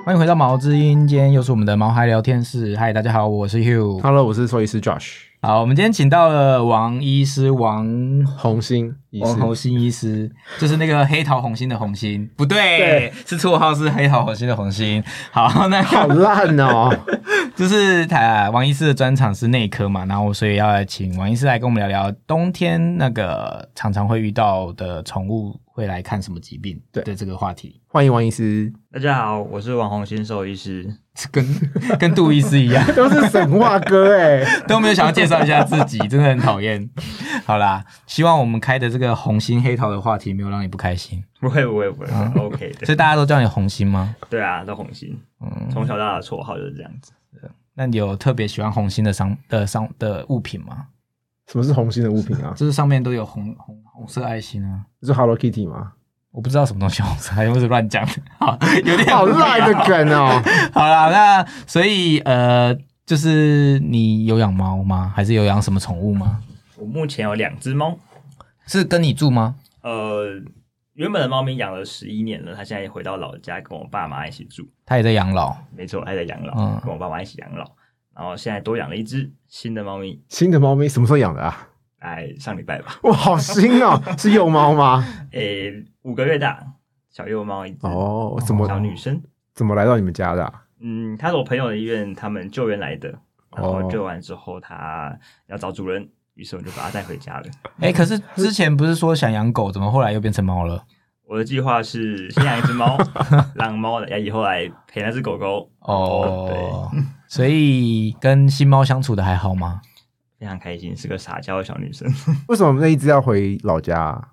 欢迎回到毛之音，今天又是我们的毛孩聊天室。嗨，大家好，我是 Hugh。Hello， 我是兽医师 Josh。 好，我们今天请到了王医师，王红星医师，就是那个黑桃红心的红心，不对，是绰号是黑桃红心的红心。好，那好烂哦。 就是王医师的专场是内科嘛，然后所以要来请王医师来跟我们聊聊冬天那个常常会遇到的宠物会来看什么疾病的这个话题。 欢迎王医师。 大家好，我是王红心兽医师， 跟杜医师一样， 都是神话歌都没有想要介绍一下自己，真的很讨厌。好啦，希望我们开的这个红心黑桃的话题没有让你不开心。 不会，OK 的。 所以大家都叫你红心吗？ 对啊，都红心。从小到大的绰号就是这样子。 那你有特别喜欢红心的物品吗？ 什么是红心的物品啊？ 就是上面都有红色爱心啊。 是 Hello Kitty 吗？ 我不知道什么东西红色爱心，我是乱讲的。好，有点好烂的梗哦。 好啦，那所以就是你有养猫吗？还是有养什么宠物吗？ 我目前有2只猫。是跟你住吗？ 原本的猫咪养了11年了，它现在也回到老家跟我爸妈一起住。 它也在养老？ 没错，它在养老，跟我爸妈一起养老。然后现在多养了1只新的猫咪。 新的猫咪什么时候养的啊？ 上礼拜吧。 哇，好新哦！是幼猫吗 ？5个月大，小幼猫1只。 哦， 小女生。 怎么来到你们家的啊？ 它是我朋友的医院，他们救援来的。然后救完之后，它要找主人。于是我就把它带回家了。 可是之前不是说想养狗，怎么后来又变成猫了？ 我的计划是先养1只猫，让猫以后来陪那只狗狗。 对，所以跟新猫相处的还好吗？ 非常开心，是个撒娇的小女生。 为什么那一只要回老家啊？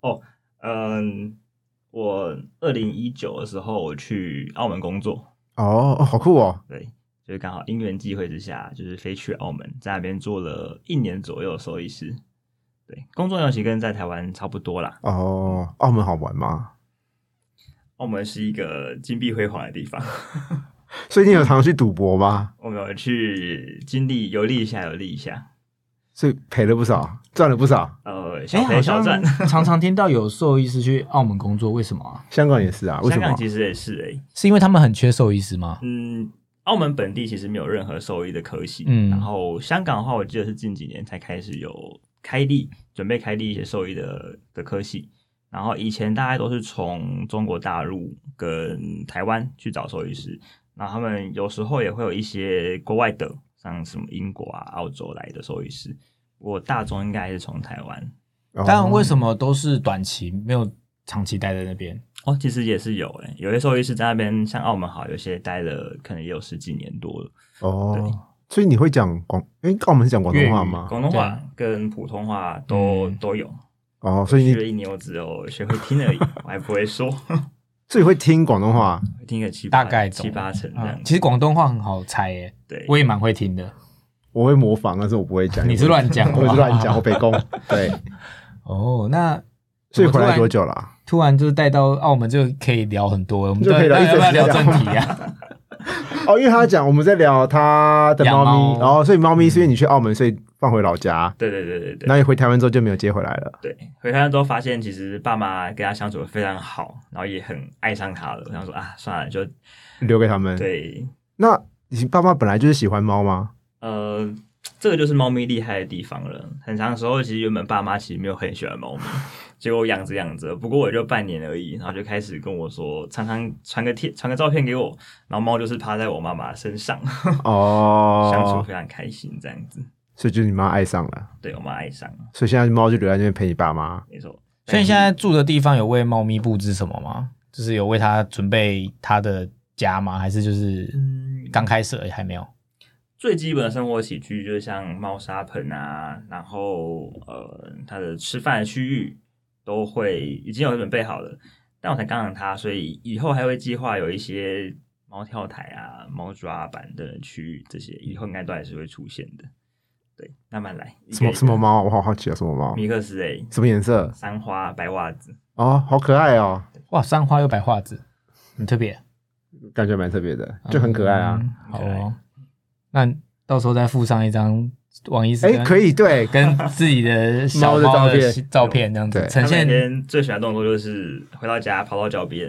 我2019的时候我去澳门工作。 好酷哦。 对。就是刚好因缘际会之下，就是飞去澳门，在那边做了1年左右的兽医师。对，工作其实跟在台湾差不多啦。 澳门好玩吗？ 澳门是一个金碧辉煌的地方。 所以你有常去赌博吗？ 我们有去游历一下。 所以赔了不少，赚了不少。 小赔小赚。 常常听到有兽医师去澳门工作，为什么啊？ 香港也是啊，为什么？ 香港其实也是是因为他们很缺兽医师吗？ 澳门本地其实没有任何兽医的科系，然后香港的话，我记得是近几年才开始有准备开立一些兽医的科系，然后以前大概都是从中国大陆跟台湾去找兽医师，然后他们有时候也会有一些国外的，像什么英国啊、澳洲来的兽医师，我大宗应该还是从台湾。 但为什么都是短期，没有长期待在那边？ 其实也是有有些兽医师在那边，像澳门好，有些待了可能也有10几年多了。对， 所以你会讲澳门是讲广东话吗？ 广东话跟普通话都有。 所以你学了1年，我只有学会听而已，我还不会说。 所以会听广东话， 会听个大概 7、8成这样。 其实广东话很好猜耶， 对， 我也蛮会听的。 我会模仿，但是我不会讲。 你是乱讲， 我是乱讲，我北工。对。 那所以回来多久了？ 突然就是带到澳门就可以聊很多了，我们就可以要不要聊正题啊？ 因为他讲我们在聊他的猫咪，然后所以猫咪是因为你去澳门，所以放回老家。 对。 然后你回台湾之后就没有接回来了。 对，回台湾之后发现其实爸妈跟他相处的非常好，然后也很爱上他了。我想说算了，就留给他们。 对， 那你爸妈本来就是喜欢猫吗？ 这个就是猫咪厉害的地方了。很长时候其实原本爸妈其实没有很喜欢猫咪，结果养着，不过我就半年而已，然后就开始跟我说，常常传个照片给我，然后猫就是趴在我妈妈身上，相处非常开心这样子。 所以就是你妈爱上了。 对，我妈爱上了， 所以现在猫就留在那边陪你爸妈。 没错。 所以你现在住的地方有为猫咪布置什么吗？就是有为它准备它的家吗？还是就是刚开始而已，还没有？ 最基本的生活起居就是像猫砂盆啊，然后它的吃饭的区域都会已经有准备好了，但我才刚养它，所以以后还会计划有一些猫跳台啊、猫抓板的区域，这些以后应该都还是会出现的。对，慢慢来。 什么猫？我好好奇啊，什么猫？ 米克斯什么颜色？ 三花白袜子。 好可爱哦！ 哇，三花有白袜子，很特别， 感觉蛮特别的，就很可爱啊。 好哦，那到时候再附上一张王医师可以，对， 跟自己的猫的照片这样子呈现。 每天最喜欢的动作就是回到家跑到脚边，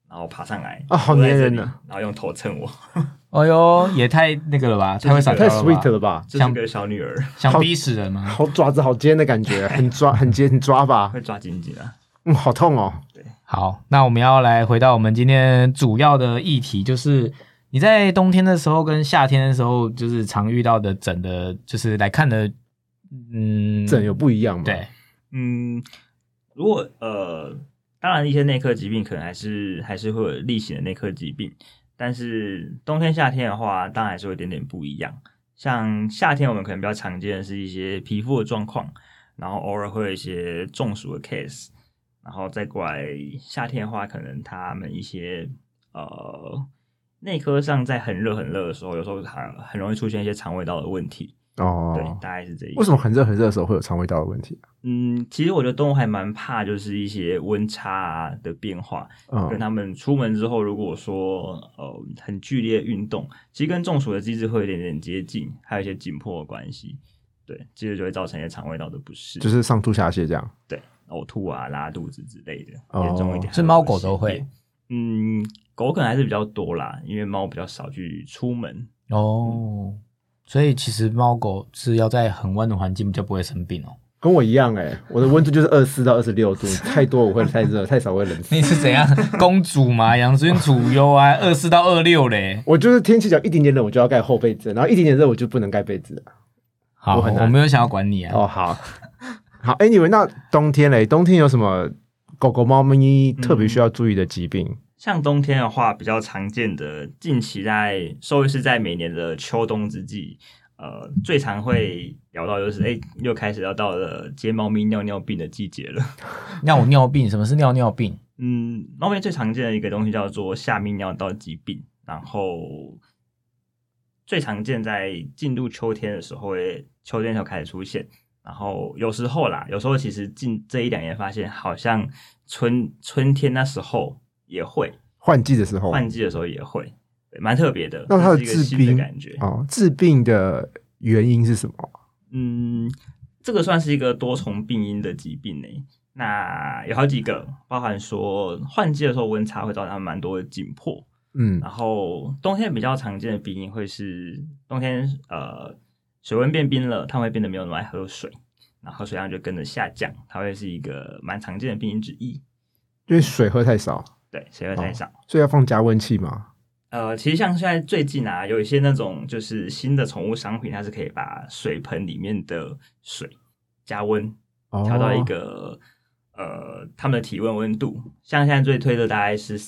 然后爬上来好黏人啊， 然后用头蹭我。 哎呦，也太那个了吧，太会撒娇了吧， 太 sweet 了吧， 这是个小女儿， 想逼死人吗？ 好爪子好尖的感觉，很抓很尖很抓吧， 会抓紧紧啊。 好痛哦。 对， 好，那我们要来回到我们今天主要的议题，就是你在冬天的时候跟夏天的时候，就是常遇到的疹的，就是来看的， 疹有不一样吗？ 对， 如果当然一些内科疾病可能还是会有例行的内科疾病，但是冬天夏天的话，当然还是会有点点不一样。像夏天我们可能比较常见的是一些皮肤的状况，然后偶尔会有一些中暑的 case， 然后再过来夏天的话，可能他们一些内科上在很热的时候，有时候很容易出现一些肠胃道的问题。对，大概是这一。 为什么很热的时候会有肠胃道的问题？ 其实我觉得动物还蛮怕，就是一些温差的变化，跟他们出门之后，如果说很剧烈运动，其实跟中暑的机制会有点点接近，还有一些紧迫的关系。对，其实就会造成一些肠胃道的不适， 就是上吐下泻这样。 对，呕吐啊、拉肚子之类的，严重一点。 是猫狗都会。 狗可能还是比较多啦，因为猫比较少去出门。 所以其实猫狗是要在很温的环境，比较不会生病哦。 跟我一样我的温度就是24到26度，太多我会太热，太少我会冷死。 你是怎样公主嘛？养尊处优啊，24到26嘞。 我就是天气只要一点点冷，我就要盖厚被子，然后一点点热我就不能盖被子。 好，我没有想要管你啊。 好 anyway， 那冬天嘞？冬天有什么狗狗、猫咪特别需要注意的疾病？ 像冬天的话，比较常见的，近期在兽医师在每年的秋冬之际，最常会聊到就是又开始要到了接猫咪尿尿病的季节了。 尿病，什么是尿尿病？ 猫咪最常见的一个东西叫做下泌尿道疾病，然后最常见在进入秋天的时候，秋天就开始出现。然后有时候其实近这1-2年发现，好像春天那时候也会，换季的时候也会，蛮特别的。 那它的是一个新的感觉治病的原因是什么？ 这个算是一个多重病因的疾病呢。那有好几个，包含说换季的时候温差会造成它们蛮多的紧迫。然后冬天比较常见的病因会是冬天水温变冰了，它会变得没有那么爱喝水，然后水量就跟着下降，它会是一个蛮常见的病因之一。 因为水喝太少。 对，水喝太少， 所以要放加温器吗？ 其实像现在最近有一些那种就是新的宠物商品，它是可以把水盆里面的水加温，调到一个他们的体温温度，像现在最推的大概是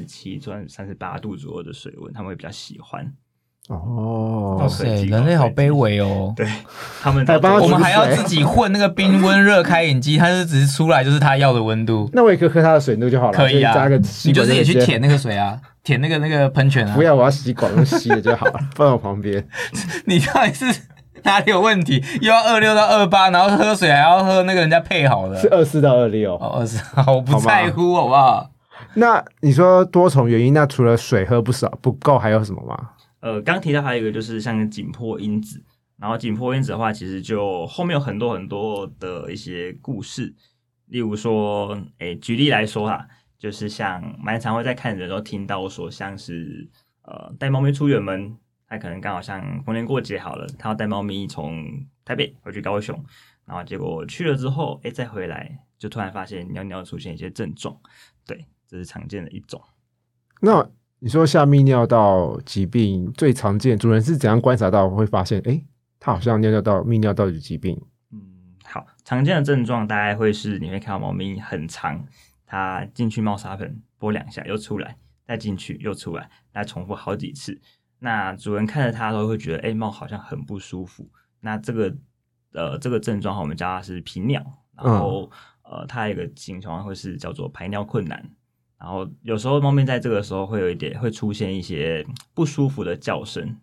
37、38度左右的水温，他们会比较喜欢。 哇塞，人类好卑微哦！ 对，他们我们还要自己混那个冰温热开饮机，它是只是出来就是它要的温度。 那我也可以喝它的水，那就好了。 可以啊， 加个你就是也去舔那个水啊，舔那个喷泉啊。 不要，我要吸管用吸的就好了，放在我旁边。 你到底是哪里有问题？又要26到28，然后喝水还要喝那个人家配好的， 是24到26。 24，我不在乎，好不好？ 那你说多重原因，那除了水喝不够，还有什么吗？ 刚提到还有一个就是像紧迫因子，然后紧迫因子的话，其实就后面有很多很多的一些故事，例如说，举例来说就是像蛮常会在看的时候听到说，像是带猫咪出远门，他可能刚好像逢年过节好了，他要带猫咪从台北回去高雄，然后结果去了之后，再回来就突然发现尿尿出现一些症状，对，这是常见的一种。 那你说下泌尿道疾病最常见，主人是怎样观察到会发现，它好像泌尿道的疾病？ 好，常见的症状大概会是你会看到猫咪很长，它进去猫砂盆拨2下又出来，再进去又出来，再重复好几次。那主人看着它都会觉得，猫好像很不舒服。那这个症状我们叫它是频尿，然后它有一个情况会是叫做排尿困难。然后有时候猫咪在这个时候会出现一些不舒服的叫声。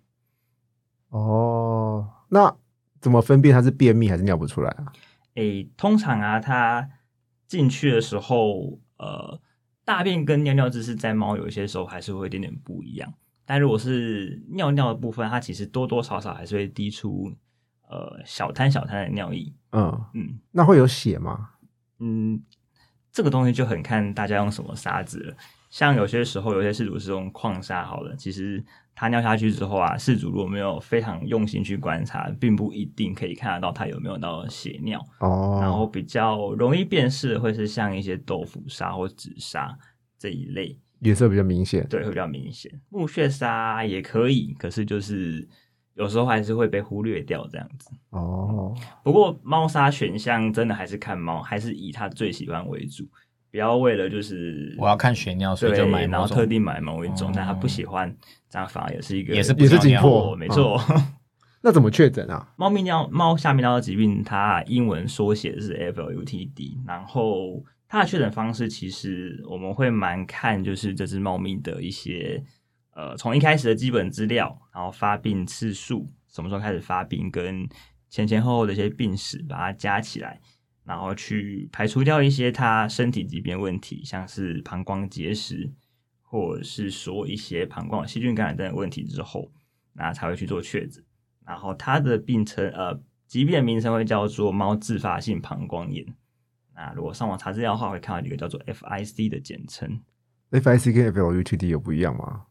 那怎么分辨它是便秘还是尿不出来啊？ 通常它进去的时候，大便跟尿尿姿势在猫有一些时候还是会有点点不一样。但如果是尿尿的部分，它其实多多少少还是会滴出小滩的尿液。 那会有血吗？ 这个东西就很看大家用什么沙子了。像有些时候有些饲主是用矿沙好了，其实它尿下去之后啊，饲主如果没有非常用心去观察，并不一定可以看得到它有没有到血尿。然后比较容易辨识的会是像一些豆腐沙或紫砂这一类， 颜色比较明显。 对，会比较明显。木屑沙也可以，可是就是有时候还是会被忽略掉这样子。不过猫砂选项真的还是看猫，还是以它最喜欢为主。不要为了就是我要看血尿，所以就买然后特地买某一种，但他不喜欢，这样反而也是一个也是紧迫， 没错。 那怎么确诊啊？ 猫下泌尿道疾病，它英文缩写是 FLUTD， 然后它的确诊方式其实我们会蛮看就是这只猫咪的一些从一开始的基本资料，然后发病次数，什么时候开始发病，跟前后的一些病史，把它加起来。然后去排除掉一些他身体疾病问题，像是膀胱结石，或者是说一些膀胱细菌感染等等问题之后，那才会去做确诊。然后它的病称疾病的名称会叫做猫自发性膀胱炎。那如果上网查资料的话，会看到一个叫做 FIC 的简称。 FIC 跟 FLUTD 有不一样吗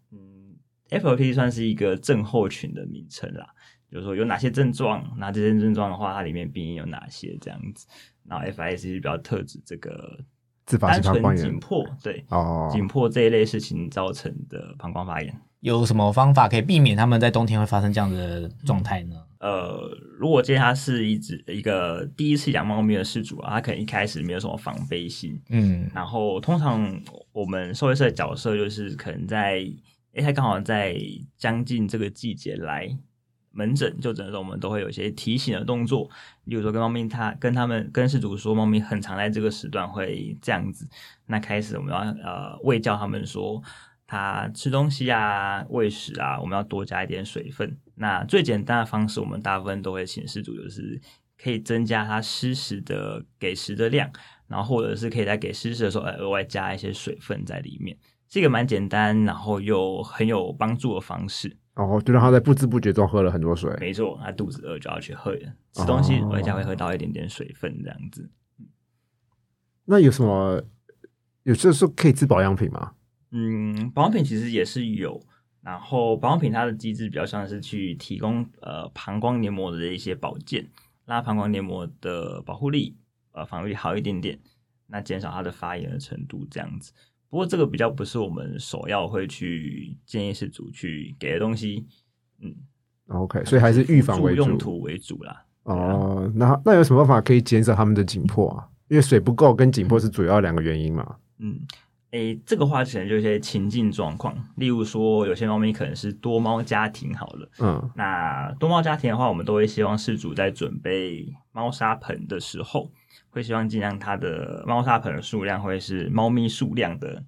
？FLUTD 算是一个症候群的名称啦，就是说有哪些症状，那这些症状的话，它里面病因有哪些这样子。然后 FIC 是比较特指这个自发性膀胱炎， 紧迫，对，紧迫这一类事情造成的膀胱发炎。 有什么方法可以避免他们在冬天会发生这样的状态呢？ 如果今天他是一个第一次养猫咪的饲主啊，他可能一开始没有什么防备心，然后通常我们兽医师的角色就是可能他刚好在将近这个季节来门诊就诊的时候，我们都会有一些提醒的动作，例如说跟饲主说，猫咪很常在这个时段会这样子。那开始我们要喂教他们说，它吃东西啊、喂食啊，我们要多加一点水分。那最简单的方式，我们大部分都会请饲主就是可以增加它施食的给食的量，然后或者是可以在给施食的时候额外加一些水分在里面，是一个蛮简单然后又很有帮助的方式。 就让他在不知不觉中喝了很多水。 没错，他肚子饿就要去喝，吃东西回家会喝到一点点水分这样子。 那有什么有些时候可以吃保养品吗？ 保养品其实也是有，然后保养品它的机制比较像是去提供膀胱黏膜的一些保健，让膀胱黏膜的保护力防御力好一点点，那减少它的发炎的程度这样子。不过这个比较不是我们首要会去建议饲主去给的东西 ，OK， 所以还是预防为主， 用途为主啦。 那有什么办法可以减少他们的紧迫啊？因为水不够跟紧迫是主要两个原因嘛。 这个话可能就有一些情境状况，例如说有些猫咪可能是多猫家庭好了，那多猫家庭的话，我们都会希望饲主在准备猫砂盆的时候，会希望尽量它的猫砂盆的数量会是猫咪数量的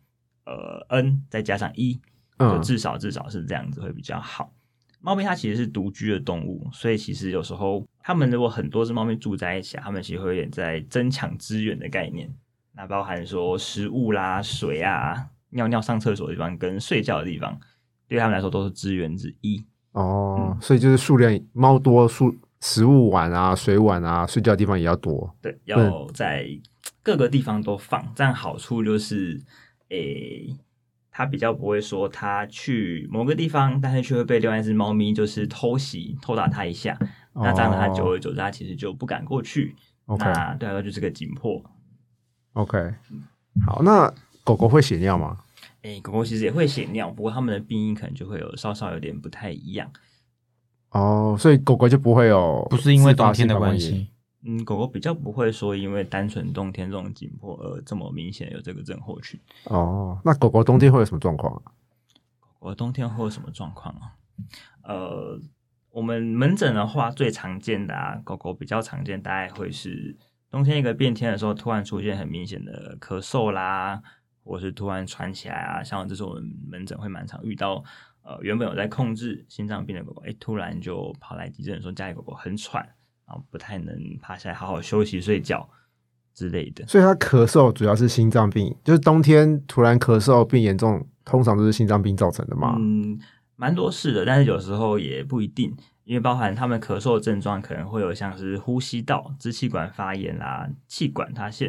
n 再加上1，就至少是这样子会比较好。猫咪它其实是独居的动物，所以其实有时候它们如果很多只猫咪住在一起，它们其实会有点在争抢资源的概念。那包含说食物啦、水啊、尿尿、上厕所的地方跟睡觉的地方，对他们来说都是资源之一。 所以就是数量猫多，食物碗啊、水碗啊、睡觉的地方也要多。 对，要在各个地方都放，这样好处就是它比较不会说它去某个地方，但是却会被另外一只猫咪就是偷打它一下。那这样它久而久之，它其实就不敢过去。那对它来说就是个紧迫。 OK， 好，那狗狗会血尿吗？ 狗狗其实也会血尿，不过它们的病因可能就会稍稍有点不太一样。 所以狗狗就不会有， 不是因为冬天的关系。 狗狗比较不会说因为单纯冬天这种紧迫而这么明显有这个症候群。 那狗狗冬天会有什么状况啊？ 狗狗冬天会有什么状况啊？我们门诊的话最常见的狗狗比较常见大概会是冬天一个变天的时候，突然出现很明显的咳嗽啦，或是突然喘起来啊，像这是我们门诊会蛮常遇到。原本有在控制心脏病的狗狗，突然就跑来急诊说家里狗狗很喘，然后不太能趴下来好好休息睡觉之类的。 所以它咳嗽主要是心脏病，就是冬天突然咳嗽变严重，通常都是心脏病造成的吗？ 蛮多是的，但是有时候也不一定。因为包含他们咳嗽的症状可能会有像是呼吸道、支气管发炎啦、气管塌陷，然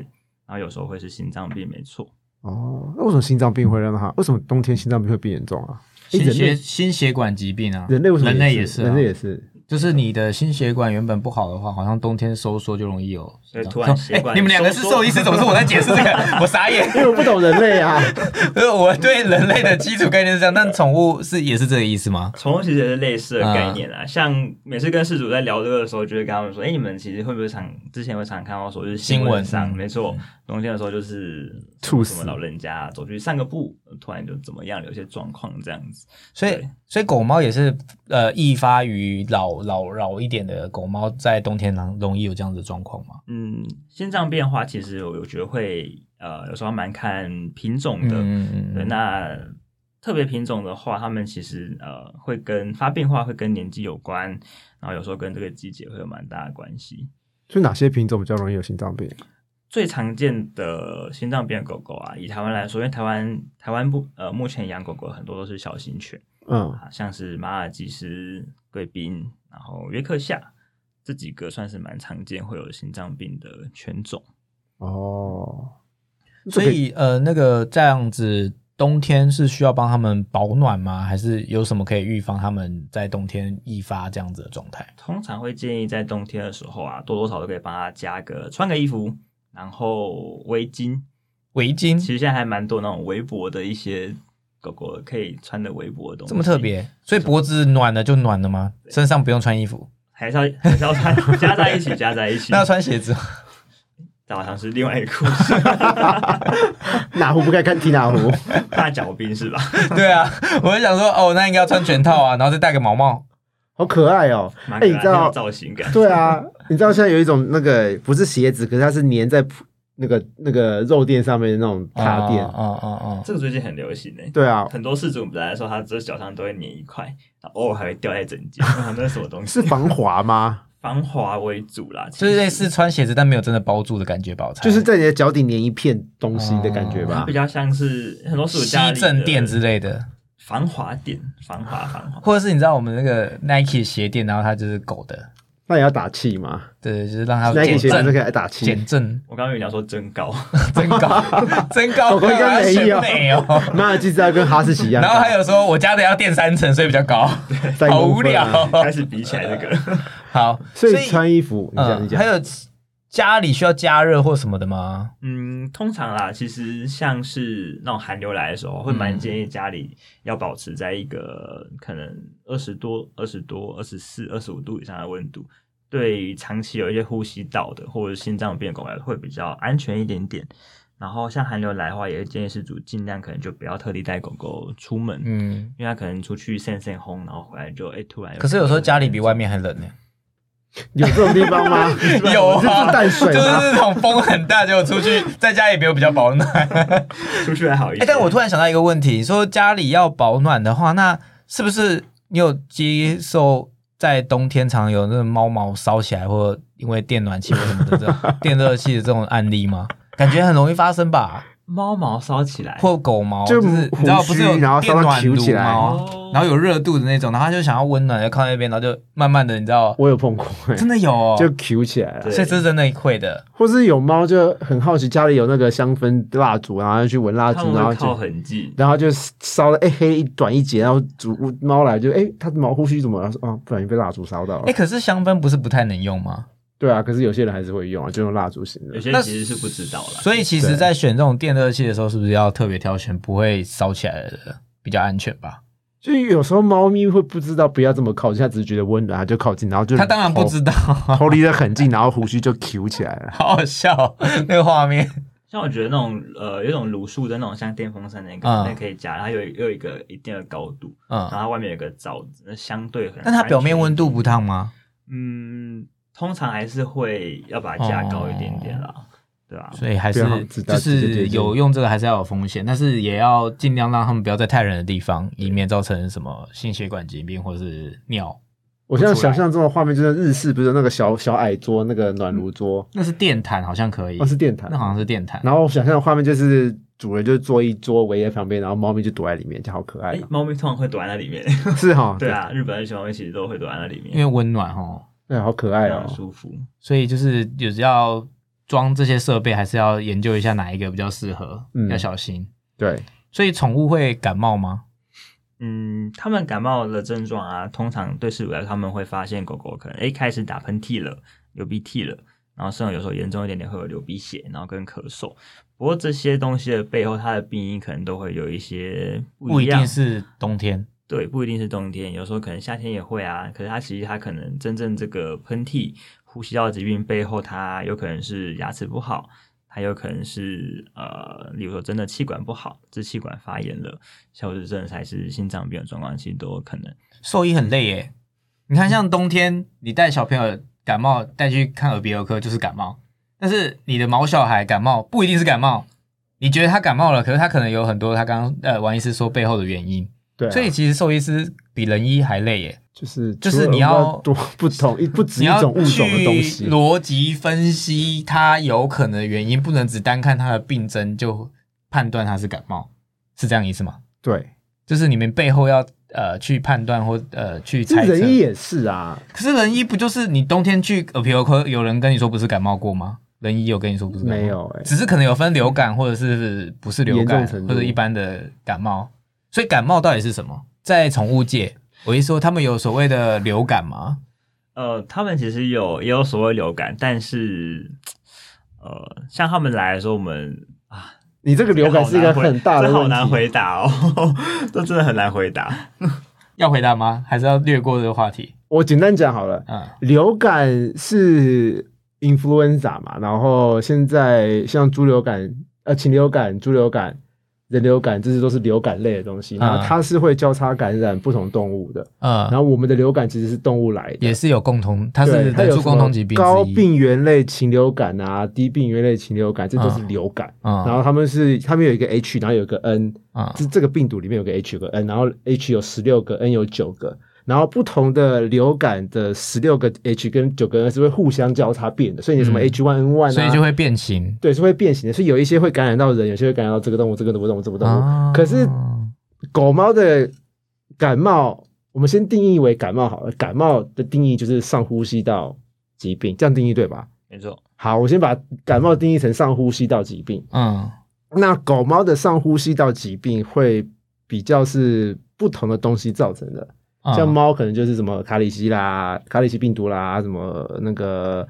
然后有时候会是心脏病，没错。 哦，那为什么心脏病会让它？为什么冬天心脏病会变严重啊？ 心血管疾病啊， 人类为什么人类也是、啊， 人类也是。 就是你的心血管原本不好的话，好像冬天收缩就容易有。 对，突然血管、 你们两个是兽医师，怎么是我在解释这个？我傻眼， 因为我不懂人类啊。 我对人类的基础概念是这样，但宠物也是这个意思吗？ 宠物其实也是类似的概念啊。像每次跟饲主在聊这个的时候，就会跟他们说：“你们其实会不会之前会常看到说，就是新闻上，没错，冬天的时候就是猝死，什么老人家走去散个步，突然就怎么样，有些状况这样子。 所以狗猫也是易发于老一点的狗猫，在冬天容易有这样子的状况吗？ 心脏变化其实我觉得会有时候蛮看品种的，对，那特别品种的话，他们其实会跟发变化会跟年纪有关，然后有时候跟这个季节会有蛮大的关系。 所以哪些品种比较容易有心脏病？ 最常见的心脏病的狗狗啊，以台湾来说，因为台湾目前养狗狗很多都是小型犬，像是马尔济斯、贵宾，然后约克夏这几个算是蛮常见会有心脏病的犬种。 哦， 所以那个这样子，冬天是需要帮他们保暖吗？还是有什么可以预防他们在冬天易发这样子的状态？ 通常会建议在冬天的时候啊，多多少少都可以帮他穿个衣服，然后围巾，其实现在还蛮多那种围脖的一些狗狗可以穿的围脖的东西。 这么特别？所以脖子暖了就暖了吗？身上不用穿衣服？ 还是要穿，加在一起。那要穿鞋子吗？ 这好像是另外一个故事。 哪壶不该看提哪壶， 大脚兵是吧？ 对啊，我就想说，那应该要穿全套啊，然后再戴个毛帽。 好可爱哦！你知道造型感？ 对啊，你知道现在有一种那个不是鞋子，可是它是粘在那个肉垫上面的那种踏垫。 这个最近很流行诶。 对啊， 很多饲主本来说他这脚上都会粘一块，偶尔还会掉在整间。那是什么东西？ 是防滑吗？ 防滑为主啦， 就是类似穿鞋子但没有真的包住的感觉吧？ 就是在你的脚底粘一片东西的感觉吧？ 它比较像是很多饲主家里的吸震垫之类的。 防滑垫，防滑， 或者是你知道我们那个 Nike 鞋垫，然后它就是狗的， 那也要打气吗？ 对，就是让它 Nike 鞋垫就可以打气， 减震。 我刚刚以为你要说增高， 增高， 狗狗应该没有， 马尔济斯要跟哈士奇一样。 然后还有说我家的要垫3层，所以比较高，好无聊。 开始比起来这个好， 所以穿衣服，你讲， 还有家里需要加热或什么的吗？ 通常啦，其实像是那种寒流来的时候，会蛮建议家里要保持在一个可能20多、24、25度以上的温度，对于长期有一些呼吸道的或者心脏病狗来会比较安全一点点。然后像寒流来的话，也会建议饲主尽量可能就不要特地带狗狗出门，因为它可能出去扇风，然后回来就突然。 可是有时候家里比外面还冷呢。 有这种地方吗？ 有啊， 是淡水吗？ 就是那种风很大，结果出去在家里比较保暖， 出去还好一些。 但我突然想到一个问题，说家里要保暖的话，那是不是你有接受在冬天常有那种猫毛烧起来，或因为电暖气或什么的这种电热器的这种案例吗？感觉很容易发生吧？ 猫毛烧起来， 或狗毛， 就是你知道不是有电暖炉起来， 然后有热度的那种，然后他就想要温暖，就靠那边，然后就慢慢的，你知道， 我有碰过， 真的有哦， 就 Q 起来了， 所以这是真的会的。 或是有猫就很好奇，家里有那个香氛蜡烛，然后就去闻蜡烛，然后靠痕迹， 然后就烧了黑一短一截，然后猫来就它的毛胡须怎么了？说不小心被蜡烛烧到了。 可是香氛不是不太能用吗？ 对啊，可是有些人还是会用啊，就用蜡烛型的。 有些人其实是不知道啦。 所以其实在选这种电热器的时候，是不是要特别挑选不会烧起来的比较安全吧？ 就有时候猫咪会不知道不要这么靠近，它只是觉得温暖，它就靠近，然后就它当然不知道， 头离得很近，然后胡须就 Q 起来了， 好好笑那个画面。 像我觉得那种有一种卤素的那种像电风扇那个，那可以加，它有一个一定的高度，然后它外面有个罩子，那相对很。 但它表面温度不烫吗？ 通常还是会要把它加高一点点啦，对吧？ 所以还是就是有用这个还是要有风险，但是也要尽量让他们不要在太冷的地方，以免造成什么心血管疾病或是尿。 我现在想象中的画面就是日式，不是那个小矮桌，那个暖炉桌， 那是电毯，好像可以。 是电毯， 那好像是电毯。 然后想象的画面就是主人就坐一桌围在旁边，然后猫咪就躲在里面，就好可爱。 猫咪通常会躲在那里面， 是哈？ 对啊，日本的小猫咪其实都会躲在那里面， 因为温暖哦。 对，好可爱哦， 舒服。 所以就是有要装这些设备，还是要研究一下哪一个比较适合，要小心。 对， 所以宠物会感冒吗？ 他们感冒的症状啊，通常对饲主来说，他们会发现狗狗可能开始打喷嚏了，流鼻涕了，然后甚至有时候严重一点点会有流鼻血，然后跟咳嗽。不过这些东西的背后，它的病因可能都会有一些不一样， 不一定是冬天。 对，不一定是冬天，有时候可能夏天也会啊。可是它可能真正这个喷嚏、呼吸道疾病背后，它有可能是牙齿不好，它有可能是例如说真的气管不好，支气管发炎了，或者真的还是心脏病的状况，其实都有可能。 兽医很累耶，你看像冬天你带小朋友感冒带去看耳鼻喉科就是感冒，但是你的毛小孩感冒不一定是感冒，你觉得他感冒了，可是他可能有很多他刚刚王医师说背后的原因。 对、 所以其实兽医师比人医还累耶， 就是你要多不止一种物种的东西， 逻辑分析它有可能的原因，不能只单看它的病症就判断它是感冒，是这样意思吗？ 对， 就是你们背后要去判断或去猜测。 人医也是啊， 可是人医不就是你冬天去耳鼻喉科，有人跟你说不是感冒过吗？人医有跟你说不是感冒？ 没有只是可能有分流感或者是不是流感或者一般的感冒。所以感冒到底是什么？在宠物界，我一说他们有所谓的流感吗？ 他们其实也有所谓流感，但是像他们来的时候，我们你这个流感是一个很大的问题， 好难回答哦，这真的很难回答。 要回答吗？还是要略过这个话题？ 我简单讲好了，流感是 influenza 嘛，然后现在像猪流感、禽流感、猪流感、人流感，这些都是流感类的东西，然后它是会交叉感染不同动物的，然后我们的流感其实是动物来的， 也是有共同，它是人畜共同疾病之一， 高病原类禽流感啊，低病原类禽流感，这都是流感，然后他们有一个 H， 然后有一个 N， 这个病毒里面有个 H 有个 N， 然后 H 有16个 N 有9个，然后不同的流感的16个 H 跟9个 N 是会互相交叉变的，所以你什么 H1N1 啊， 所以就会变形， 对，是会变形的，所以有一些会感染到人，有些会感染到这个动物、这个动物、这个动物。可是狗猫的感冒，我们先定义为感冒好了。感冒的定义就是上呼吸道疾病，这样定义对吧？ 没错。 好，我先把感冒定义成上呼吸道疾病。那狗猫的上呼吸道疾病会比较是不同的东西造成的。像猫可能就是什么卡里西病毒啦，什么那个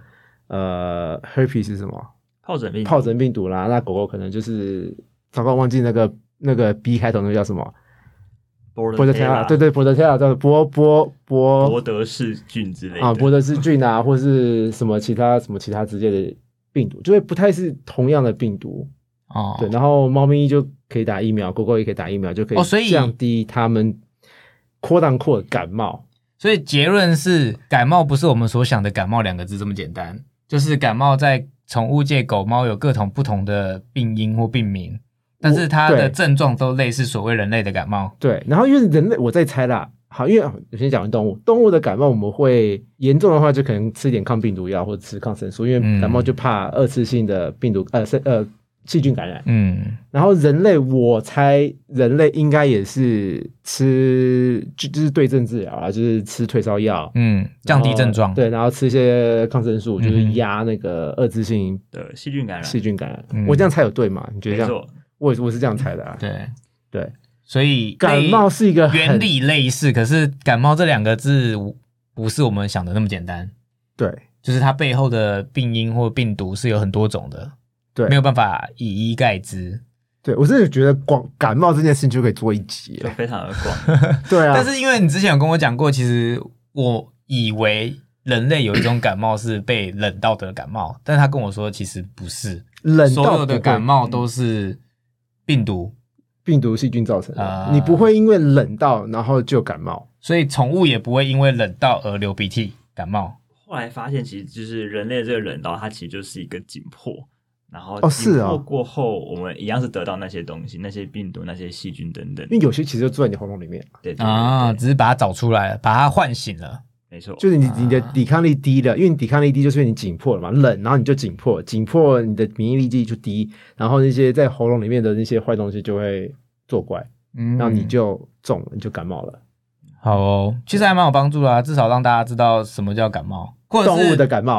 herpes 是什么疱疹病毒啦，那狗狗可能就是糟糕忘记那个 B 开头那个叫什么博德特拉，对博德特拉叫博德氏菌之类的博德氏菌啊，或是什么其他之类的病毒，就会不太是同样的病毒对，然后猫咪就可以打疫苗，狗狗也可以打疫苗，就可以降低它们quote unquote感冒。 所以结论是感冒不是我们所想的感冒2个字这么简单，就是感冒在宠物界狗猫有各种不同的病因或病名，但是它的症状都类似所谓人类的感冒。 对，然后因为人类我在猜啦，好，因为我先讲完动物的感冒，我们会严重的话就可能吃一点抗病毒药或者吃抗生素，因为感冒就怕二次性的病毒细菌感染。然后人类我猜人类应该也是吃就是对症治疗啊，就是吃退烧药， 降低症状， 对，然后吃一些抗生素，就是压那个二次性的细菌感染。我这样猜有对吗？你觉得这样？ 没错， 我是这样猜的啊。对， 所以感冒是一个原理类似，可是感冒这2个字不是我们想的那么简单。 对， 就是它背后的病因或病毒是有很多种的。对，没有办法一概之。 对，我真的觉得光感冒这件事情就可以做一集， 就非常的广。 对啊， 但是因为你之前有跟我讲过，其实我以为人类有一种感冒是被冷到的感冒，但是他跟我说其实不是，所有的感冒都是病毒细菌造成的，你不会因为冷到然后就感冒， 所以宠物也不会因为冷到而流鼻涕感冒。 后来发现，其实就是人类这个冷到，它其实就是一个紧迫。然后紧迫过后，我们一样是得到那些东西，那些病毒、那些细菌等等。 因为有些其实就住在你喉咙里面。 对只是把它找出来了，把它唤醒了。 没错， 就是你的抵抗力低了，因为你抵抗力低就是因为你紧迫了嘛，冷，然后你就紧迫你的免疫力就低，然后那些在喉咙里面的那些坏东西就会作怪，然后你就中了，你就感冒了。 好哦，其实还蛮有帮助的啊，至少让大家知道什么叫感冒，或者是动物的感冒。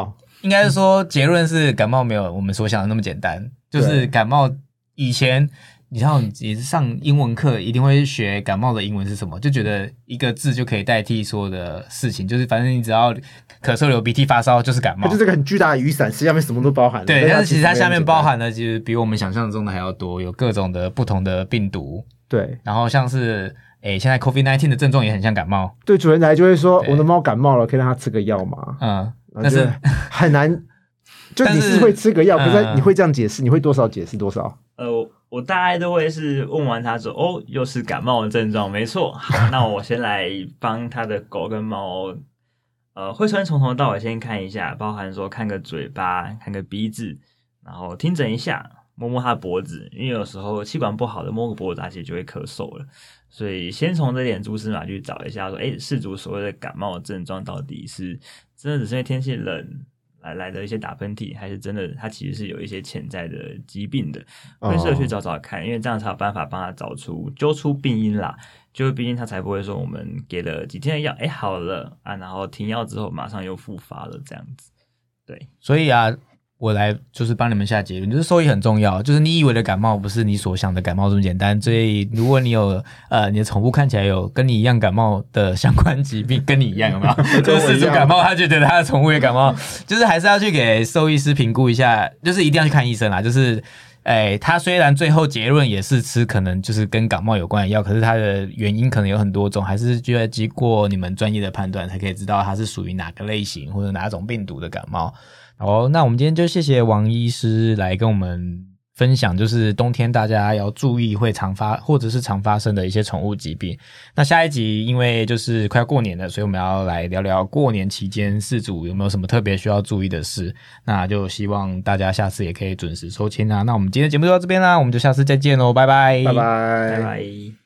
应该是说结论是感冒没有我们所想的那么简单，就是感冒以前你知道你上英文课一定会学感冒的英文是什么，就觉得一个字就可以代替所有的事情，就是反正你只要咳嗽流鼻涕发烧就是感冒， 它就是个很巨大的雨伞，下面什么都包含了。 对，但是其实它下面包含的其实比我们想象中的还要多，有各种的不同的病毒。 对， 然后像是现在 COVID-19 的症状也很像感冒。 对，主人来就会说我的猫感冒了，可以让它吃个药吗？ 但是很难。就你是会吃个药，可是你会这样解释，你会多少解释多少？ 我大概都会是问完他说，又是感冒的症状，没错。好，那我先来帮他的狗跟猫，会先从头到尾先看一下，包含说看个嘴巴，看个鼻子，然后听诊一下，摸摸他的脖子，因为有时候气管不好的摸个脖子，他其实就会咳嗽了。所以先从这点蛛丝马迹找一下，说，事主所谓的感冒的症状到底是真的只是因为天气冷来的一些打喷嚏，还是真的它其实是有一些潜在的疾病的，会适合去找找看，因为这样才有办法帮他揪出病因啦，就毕竟他才不会说我们给了几天的药，好了啊，然后停药之后马上又复发了这样子。对， 所以啊，我来就是帮你们下结论，就是兽医很重要，就是你以为的感冒不是你所想的感冒这么简单，所以如果你有你的宠物看起来有跟你一样感冒的相关疾病，跟你一样有没有？就是饲主感冒，他觉得他的宠物也感冒，就是还是要去给兽医师评估一下，就是一定要去看医生啦。就是他虽然最后结论也是吃可能就是跟感冒有关的药，可是他的原因可能有很多种，还是就要经过你们专业的判断才可以知道它是属于哪个类型或者哪种病毒的感冒。好，那我们今天就谢谢王医师来跟我们分享，就是冬天大家要注意会常发或者是常发生的一些宠物疾病。那下一集因为就是快要过年了，所以我们要来聊聊过年期间饲主有没有什么特别需要注意的事。那就希望大家下次也可以准时收听啊。那我们今天的节目就到这边啦，我们就下次再见咯，拜拜， 拜拜， 拜拜。